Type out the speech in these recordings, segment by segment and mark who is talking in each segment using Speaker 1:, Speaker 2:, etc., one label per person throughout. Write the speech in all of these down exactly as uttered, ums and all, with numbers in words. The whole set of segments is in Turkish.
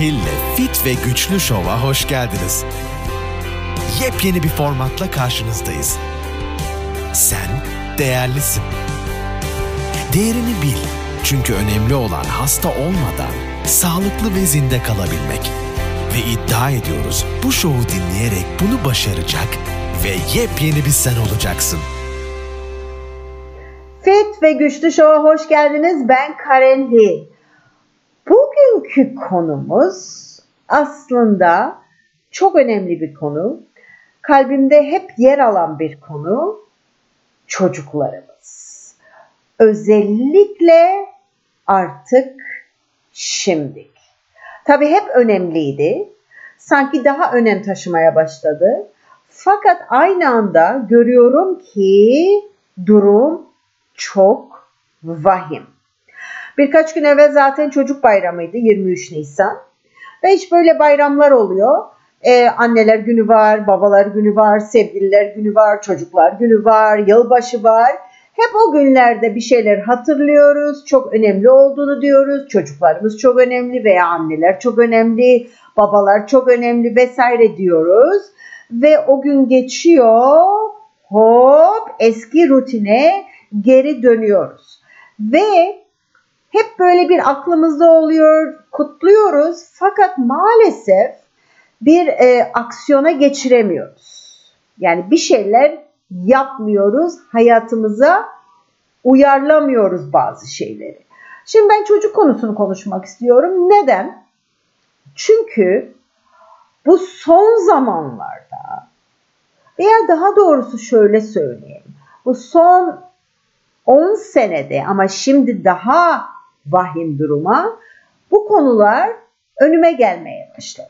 Speaker 1: Hil'le Fit ve Güçlü Şov'a hoş geldiniz. Yepyeni bir formatla karşınızdayız. Sen değerlisin. Değerini bil. Çünkü önemli olan hasta olmadan sağlıklı ve zinde kalabilmek. Ve iddia ediyoruz bu şovu dinleyerek bunu başaracak ve yepyeni bir sen olacaksın.
Speaker 2: Fit ve Güçlü Şov'a hoş geldiniz. Ben Karen Hill. Bugünkü konumuz aslında çok önemli bir konu. Kalbimde hep yer alan bir konu. Çocuklarımız. Özellikle artık şimdi. Tabii hep önemliydi. Sanki daha önem taşımaya başladı. Fakat aynı anda görüyorum ki durum çok vahim. Birkaç gün evvel zaten çocuk bayramıydı, yirmi üç Nisan. Ve hiç böyle bayramlar oluyor. Ee, anneler günü var, babalar günü var, sevgililer günü var, çocuklar günü var, yılbaşı var. Hep o günlerde bir şeyler hatırlıyoruz, çok önemli olduğunu diyoruz. Çocuklarımız çok önemli veya anneler çok önemli, babalar çok önemli vesaire diyoruz. Ve o gün geçiyor, hop eski rutine geri dönüyoruz. Ve hep böyle bir aklımızda oluyor, kutluyoruz fakat maalesef bir e, aksiyona geçiremiyoruz. Yani bir şeyler yapmıyoruz, hayatımıza uyarlamıyoruz bazı şeyleri. Şimdi ben çocuk konusunu konuşmak istiyorum. Neden? Çünkü bu son zamanlarda veya daha doğrusu şöyle söyleyeyim. Bu son on senede ama şimdi daha vahim duruma bu konular önüme gelmeye başladı.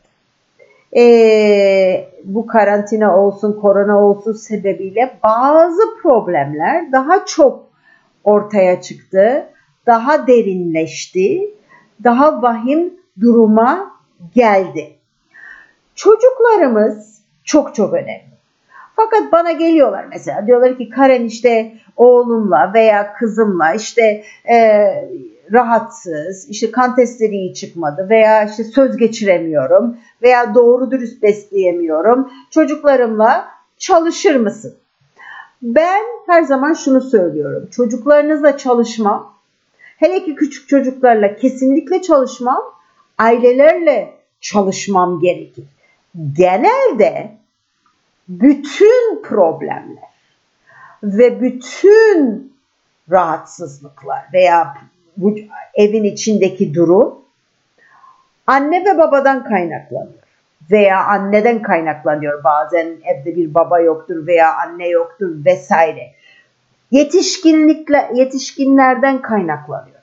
Speaker 2: Ee, bu karantina olsun, korona olsun sebebiyle bazı problemler daha çok ortaya çıktı, daha derinleşti, daha vahim duruma geldi. Çocuklarımız çok çok önemli. Fakat bana geliyorlar mesela diyorlar ki Karen işte oğlumla veya kızımla işte e, rahatsız, işte kan testleri iyi çıkmadı veya işte söz geçiremiyorum veya doğru dürüst besleyemiyorum. Çocuklarımla çalışır mısın? Ben her zaman şunu söylüyorum. Çocuklarınızla çalışmam, hele ki küçük çocuklarla kesinlikle çalışmam, ailelerle çalışmam gerekir. Genelde bütün problemler ve bütün rahatsızlıklar veya bu evin içindeki durum anne ve babadan kaynaklanıyor. Veya anneden kaynaklanıyor. Bazen evde bir baba yoktur veya anne yoktur vesaire. Yetişkinlikle, yetişkinlerden kaynaklanıyor.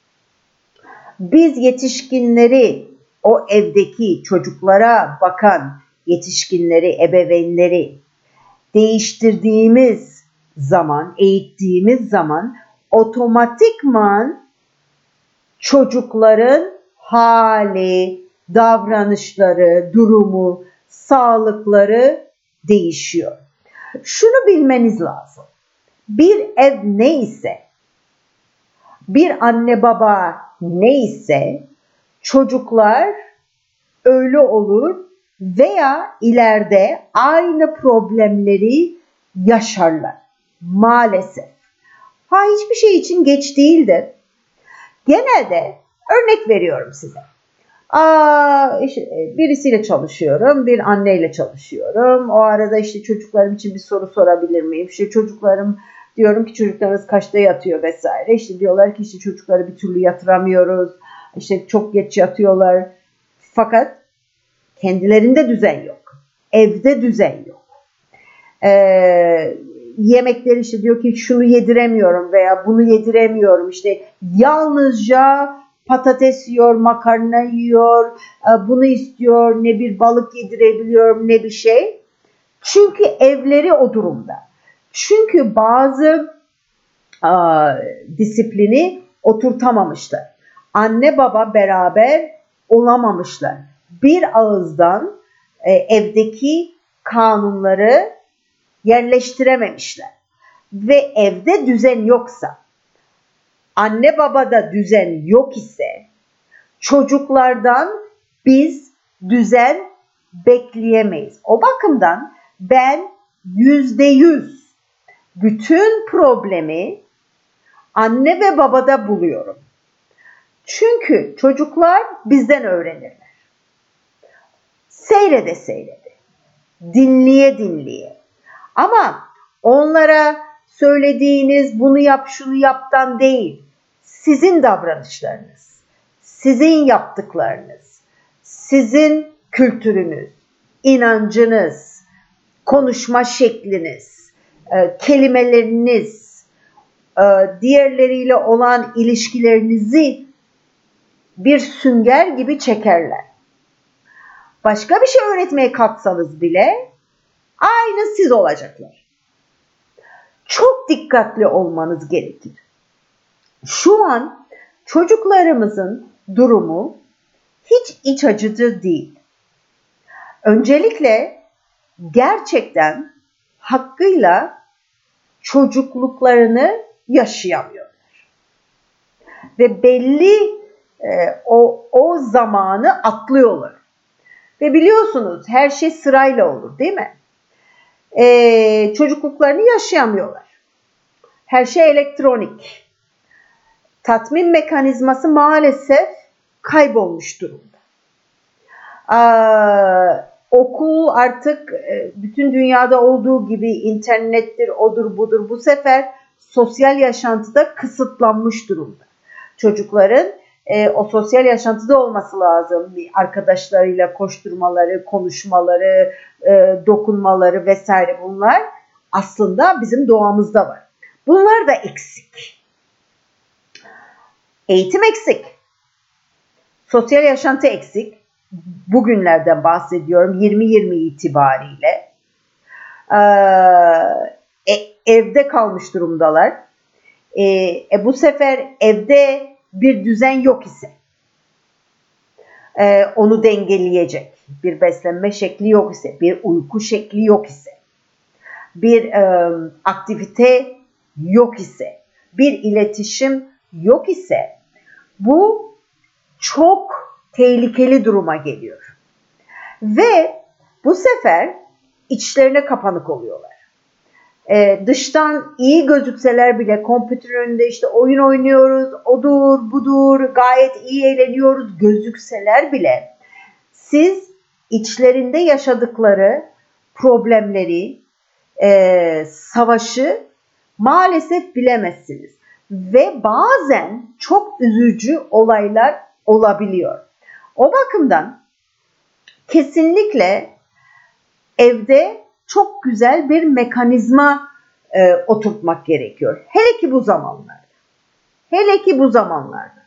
Speaker 2: Biz yetişkinleri, o evdeki çocuklara bakan yetişkinleri, ebeveynleri değiştirdiğimiz zaman, eğittiğimiz zaman otomatikman çocukların hali, davranışları, durumu, sağlıkları değişiyor. Şunu bilmeniz lazım. Bir ev neyse, bir anne baba neyse çocuklar öyle olur veya ileride aynı problemleri yaşarlar. Maalesef. Ha hiçbir şey için geç değildir. Genelde örnek veriyorum size. Aa, işte birisiyle çalışıyorum, bir anneyle çalışıyorum. O arada işte çocuklarım için bir soru sorabilir miyim? İşte çocuklarım diyorum ki çocuklarınız kaçta yatıyor vesaire. İşte diyorlar ki işte çocukları bir türlü yatıramıyoruz. İşte çok geç yatıyorlar. Fakat kendilerinde düzen yok. Evde düzen yok. Ee, yemekleri işte diyor ki şunu yediremiyorum veya bunu yediremiyorum. İşte yalnızca patates yiyor, makarna yiyor, bunu istiyor, ne bir balık yedirebiliyorum ne bir şey. Çünkü evleri o durumda. Çünkü bazı a, disiplini oturtamamışlar. Anne baba beraber olamamışlar. Bir ağızdan e, evdeki kanunları yerleştirememişler. Ve evde düzen yoksa, anne babada düzen yok ise çocuklardan Biz düzen bekleyemeyiz. O bakımdan ben yüzde yüz bütün problemi anne ve babada buluyorum. Çünkü çocuklar bizden öğrenirler. Seyrede seyrede, dinleye dinleye. Ama onlara söylediğiniz bunu yap şunu yaptan değil, sizin davranışlarınız, sizin yaptıklarınız, sizin kültürünüz, inancınız, konuşma şekliniz, kelimeleriniz, diğerleriyle olan ilişkilerinizi bir sünger gibi çekerler. Başka bir şey öğretmeye kalksanız bile aynı siz olacaklar. Çok dikkatli olmanız gerekir. Şu an çocuklarımızın durumu hiç iç açıcı değil. Öncelikle gerçekten hakkıyla çocukluklarını yaşayamıyorlar. Ve belli e, o, o zamanı atlıyorlar. Ve biliyorsunuz her şey sırayla olur değil mi? Ee, çocukluklarını yaşayamıyorlar. Her şey elektronik. Tatmin mekanizması maalesef kaybolmuş durumda. Ee, okul artık bütün dünyada olduğu gibi internettir, odur budur. Bu sefer sosyal yaşantıda kısıtlanmış durumda. Çocukların E, o sosyal yaşantıda olması lazım. Arkadaşlarıyla koşturmaları, konuşmaları, e, dokunmaları vesaire bunlar aslında bizim doğamızda var. Bunlar da eksik. Eğitim eksik. Sosyal yaşantı eksik. Bugünlerden bahsediyorum yirmi yirmi itibariyle. Ee, e, evde kalmış durumdalar. E, e, bu sefer evde bir düzen yok ise, e, onu dengeleyecek bir beslenme şekli yok ise, bir uyku şekli yok ise, bir e, aktivite yok ise, bir iletişim yok ise, bu çok tehlikeli duruma geliyor. Ve bu sefer içlerine kapanık oluyorlar. Ee, dıştan iyi gözükseler bile kompütür önünde işte oyun oynuyoruz, odur budur, gayet iyi eğleniyoruz gözükseler bile siz içlerinde yaşadıkları problemleri, e, savaşı maalesef bilemezsiniz. Ve bazen çok üzücü olaylar olabiliyor. O bakımdan kesinlikle evde çok güzel bir mekanizma e, oturtmak gerekiyor. Hele ki bu zamanlarda. Hele ki bu zamanlarda.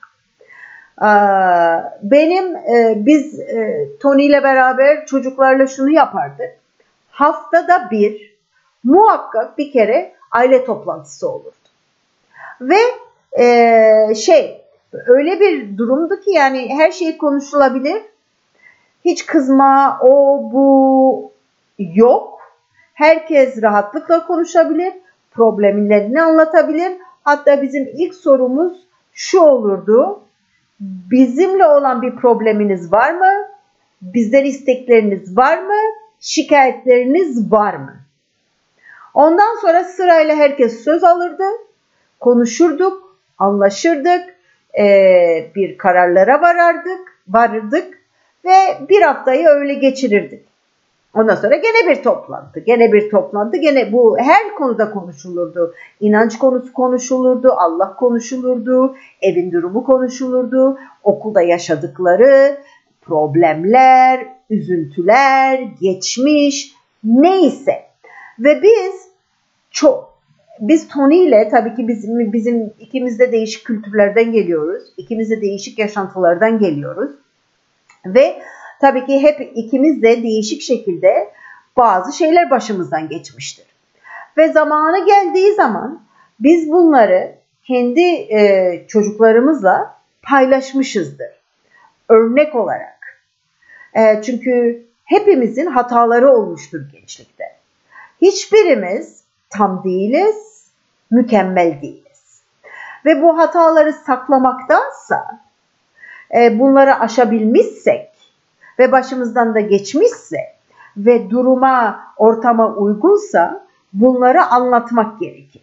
Speaker 2: Ee, benim, e, biz e, Tony ile beraber çocuklarla şunu yapardık. Haftada bir muhakkak bir kere aile toplantısı olurdu. Ve e, şey öyle bir durumdu ki yani her şey konuşulabilir. Hiç kızma, o bu yok. Herkes rahatlıkla konuşabilir, problemlerini anlatabilir. Hatta bizim ilk sorumuz şu olurdu. Bizimle olan bir probleminiz var mı? Bizden istekleriniz var mı? Şikayetleriniz var mı? Ondan sonra sırayla herkes söz alırdı. Konuşurduk, anlaşırdık, ee, bir kararlara varardık, varırdık ve bir haftayı öyle geçirirdik. Ondan sonra gene bir toplantı, gene bir toplantı, gene bu her konuda konuşulurdu. İnanç konusu konuşulurdu, Allah konuşulurdu, evin durumu konuşulurdu, okulda yaşadıkları problemler, üzüntüler, geçmiş neyse. Ve biz çok biz Tony ile tabii ki bizim bizim ikimiz de değişik kültürlerden geliyoruz, ikimiz de değişik yaşantılardan geliyoruz ve tabii ki hep ikimiz de değişik şekilde bazı şeyler başımızdan geçmiştir. Ve zamanı geldiği zaman biz bunları kendi e, çocuklarımızla paylaşmışızdır. Örnek olarak. E, çünkü hepimizin hataları olmuştur gençlikte. Hiçbirimiz tam değiliz, mükemmel değiliz. Ve bu hataları saklamaktansa e, bunları aşabilmişsek, ve başımızdan da geçmişse ve duruma, ortama uygunsa bunları anlatmak gerekir.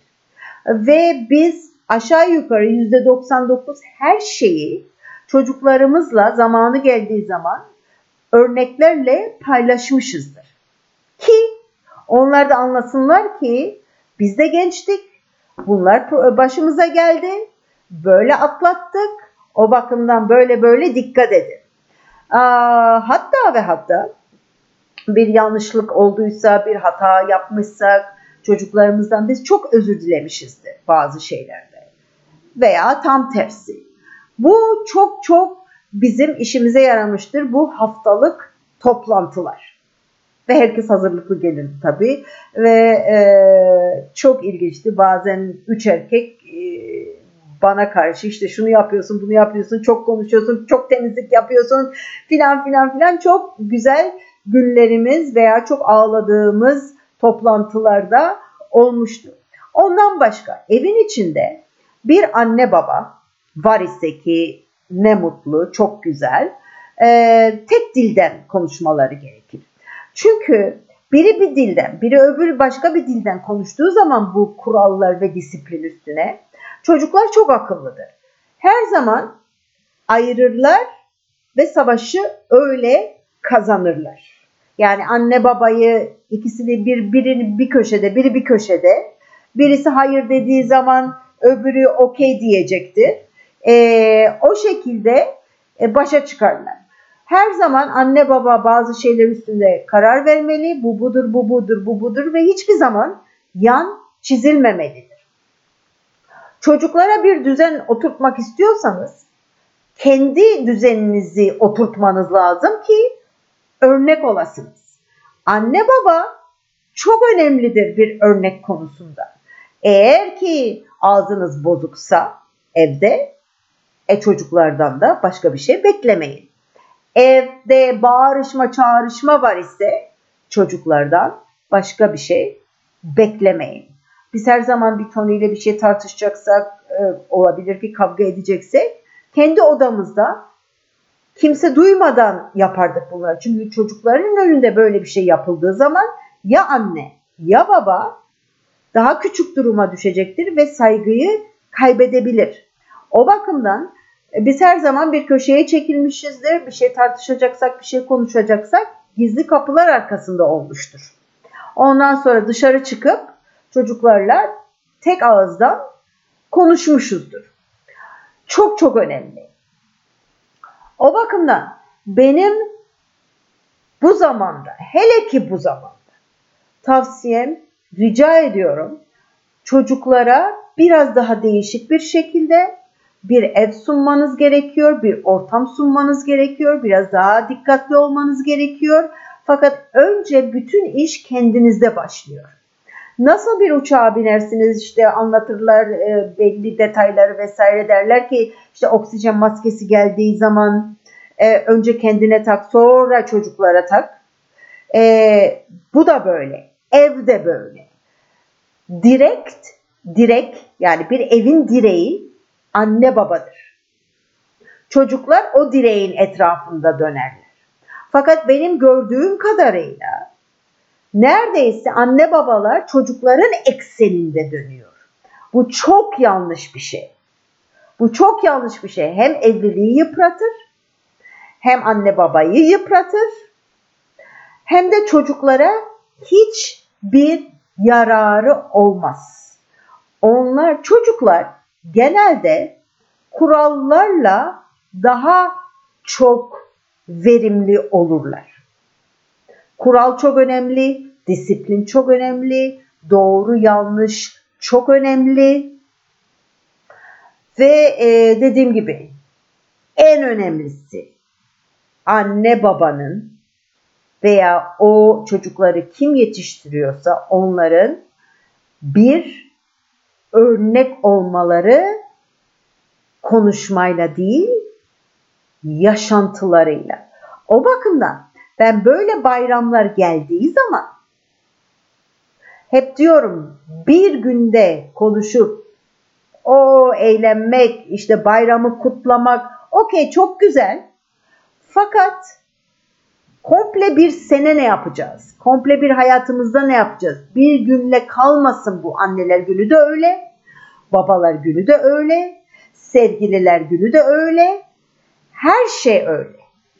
Speaker 2: Ve biz aşağı yukarı yüzde doksan dokuz her şeyi çocuklarımızla zamanı geldiği zaman örneklerle paylaşmışızdır. Ki onlar da anlasınlar ki biz de gençtik, bunlar başımıza geldi, böyle atlattık, o bakımdan böyle böyle dikkat edin. Aa, hatta ve hatta bir yanlışlık olduysa, bir hata yapmışsak çocuklarımızdan biz çok özür dilemişizdir bazı şeylerde veya tam tersi. Bu çok çok bizim işimize yaramıştır bu haftalık toplantılar. Ve herkes hazırlıklı gelir tabii. Ve e, çok ilginçti. Bazen üç erkek e, bana karşı işte şunu yapıyorsun, bunu yapıyorsun, çok konuşuyorsun, çok temizlik yapıyorsun filan filan filan. Çok güzel günlerimiz veya çok ağladığımız toplantılarda olmuştu. Ondan başka evin içinde bir anne baba var ise ki ne mutlu, çok güzel. E, tek dilden konuşmaları gerekir. Çünkü biri bir dilden, biri öbürü başka bir dilden konuştuğu zaman bu kurallar ve disiplin üstüne çocuklar çok akıllıdır. Her zaman ayırırlar ve savaşı öyle kazanırlar. Yani anne babayı ikisini bir birini bir köşede, biri bir köşede. Birisi hayır dediği zaman öbürü okey diyecektir. Ee, o şekilde e, başa çıkarlar. Her zaman anne baba bazı şeyler üstünde karar vermeli. Bu budur, bu budur, bu budur ve hiçbir zaman yan çizilmemelidir. Çocuklara bir düzen oturtmak istiyorsanız kendi düzeninizi oturtmanız lazım ki örnek olasınız. Anne baba çok önemlidir bir örnek konusunda. Eğer ki ağzınız bozuksa evde e çocuklardan da başka bir şey beklemeyin. Evde bağırışma çağrışma var ise çocuklardan başka bir şey beklemeyin. Biz her zaman bir tonuyla bir şey tartışacaksak, olabilir ki kavga edeceksek kendi odamızda kimse duymadan yapardık bunları. Çünkü çocukların önünde böyle bir şey yapıldığı zaman ya anne ya baba daha küçük duruma düşecektir ve saygıyı kaybedebilir. O bakımdan biz her zaman bir köşeye çekilmişizdir. Bir şey tartışacaksak, bir şey konuşacaksak gizli kapılar arkasında olmuştur. Ondan sonra dışarı çıkıp çocuklarla tek ağızdan konuşmuşuzdur. Çok çok önemli. O bakımdan benim bu zamanda, hele ki bu zamanda tavsiyem, rica ediyorum çocuklara biraz daha değişik bir şekilde bir ev sunmanız gerekiyor, bir ortam sunmanız gerekiyor, biraz daha dikkatli olmanız gerekiyor. Fakat önce bütün iş kendinizde başlıyor. Nasıl bir uçağa binersiniz işte anlatırlar e, belli detayları vesaire derler ki işte oksijen maskesi geldiği zaman e, önce kendine tak sonra çocuklara tak. E, bu da böyle, ev de böyle. Direkt, direkt yani bir evin direği anne babadır. Çocuklar o direğin etrafında dönerler. Fakat benim gördüğüm kadarıyla neredeyse anne babalar çocukların ekseninde dönüyor. Bu çok yanlış bir şey. Bu çok yanlış bir şey. Hem evliliği yıpratır, hem anne babayı yıpratır, hem de çocuklara hiçbir yararı olmaz. Onlar, çocuklar genelde kurallarla daha çok verimli olurlar. Kural çok önemli, disiplin çok önemli, doğru yanlış çok önemli ve e, dediğim gibi en önemlisi anne babanın veya o çocukları kim yetiştiriyorsa onların bir örnek olmaları konuşmayla değil, yaşantılarıyla. O bakımdan ben böyle bayramlar geldiği zaman hep diyorum bir günde konuşup o eğlenmek, işte bayramı kutlamak okey çok güzel. Fakat Komple bir sene ne yapacağız? Komple bir hayatımızda ne yapacağız? Bir günle kalmasın bu. Anneler günü de öyle. Babalar günü de öyle. Sevgililer günü de öyle. Her şey öyle.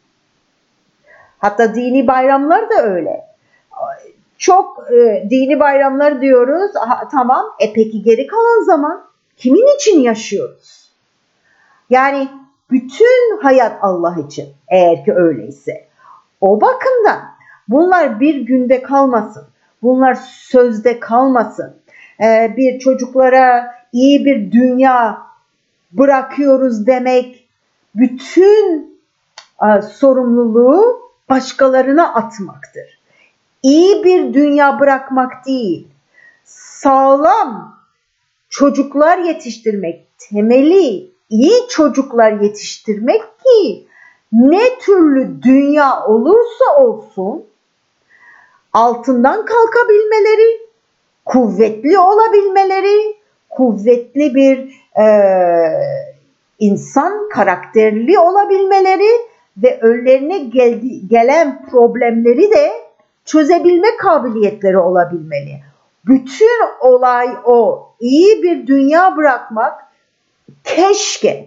Speaker 2: Hatta dini bayramlar da öyle. Çok e, dini bayramlar diyoruz. Aha, tamam. E peki geri kalan zaman kimin için yaşıyoruz? Yani bütün hayat Allah için, eğer ki öyleyse. O bakımdan bunlar bir günde kalmasın. Bunlar sözde kalmasın. Ee, bir çocuklara iyi bir dünya bırakıyoruz demek bütün e, sorumluluğu başkalarına atmaktır. İyi bir dünya bırakmak değil, sağlam çocuklar yetiştirmek, temeli iyi çocuklar yetiştirmek ki ne türlü dünya olursa olsun altından kalkabilmeleri, kuvvetli olabilmeleri, kuvvetli bir e, insan, karakterli olabilmeleri ve önlerine gel- gelen problemleri de çözebilme kabiliyetleri olabilmeli. Bütün olay o. İyi bir dünya bırakmak keşke,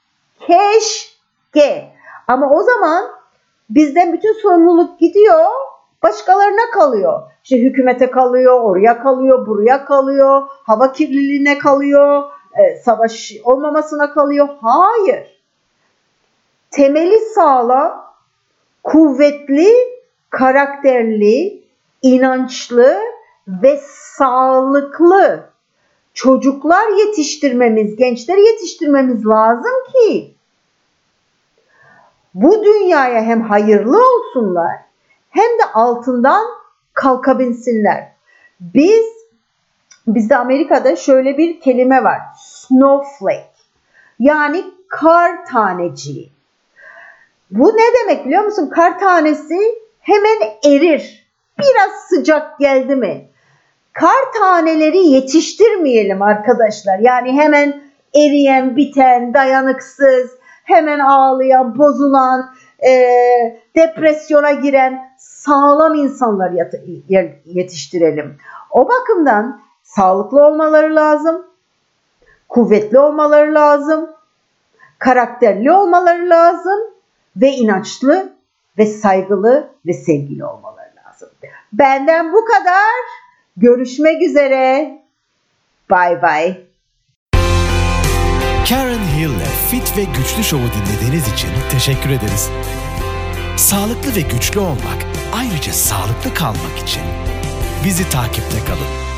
Speaker 2: keşke. Ama o zaman bizden bütün sorumluluk gidiyor, başkalarına kalıyor. İşte hükümete kalıyor, oraya kalıyor, buraya kalıyor, hava kirliliğine kalıyor, e, savaş olmamasına kalıyor. Hayır. Temeli sağlam, kuvvetli, karakterli, inançlı ve sağlıklı çocuklar yetiştirmemiz, gençler yetiştirmemiz lazım ki bu dünyaya hem hayırlı olsunlar hem de altından kalkabilsinler. Biz, bizde Amerika'da şöyle bir kelime var. Snowflake. Yani kar taneciği. Bu ne demek biliyor musun? Kar tanesi hemen erir. Biraz sıcak geldi mi? Kar taneleri yetiştirmeyelim arkadaşlar. Yani hemen eriyen, biten, dayanıksız, hemen ağlayan, bozulan, e, depresyona giren sağlam insanlar yetiştirelim. O bakımdan sağlıklı olmaları lazım, kuvvetli olmaları lazım, karakterli olmaları lazım ve inançlı ve saygılı ve sevgili olmaları lazım. Benden bu kadar. Görüşmek üzere. Bye bye.
Speaker 1: Karen Hill'le Fit ve Güçlü Show'u dinlediğiniz için teşekkür ederiz. Sağlıklı ve güçlü olmak, ayrıca sağlıklı kalmak için bizi takipte kalın.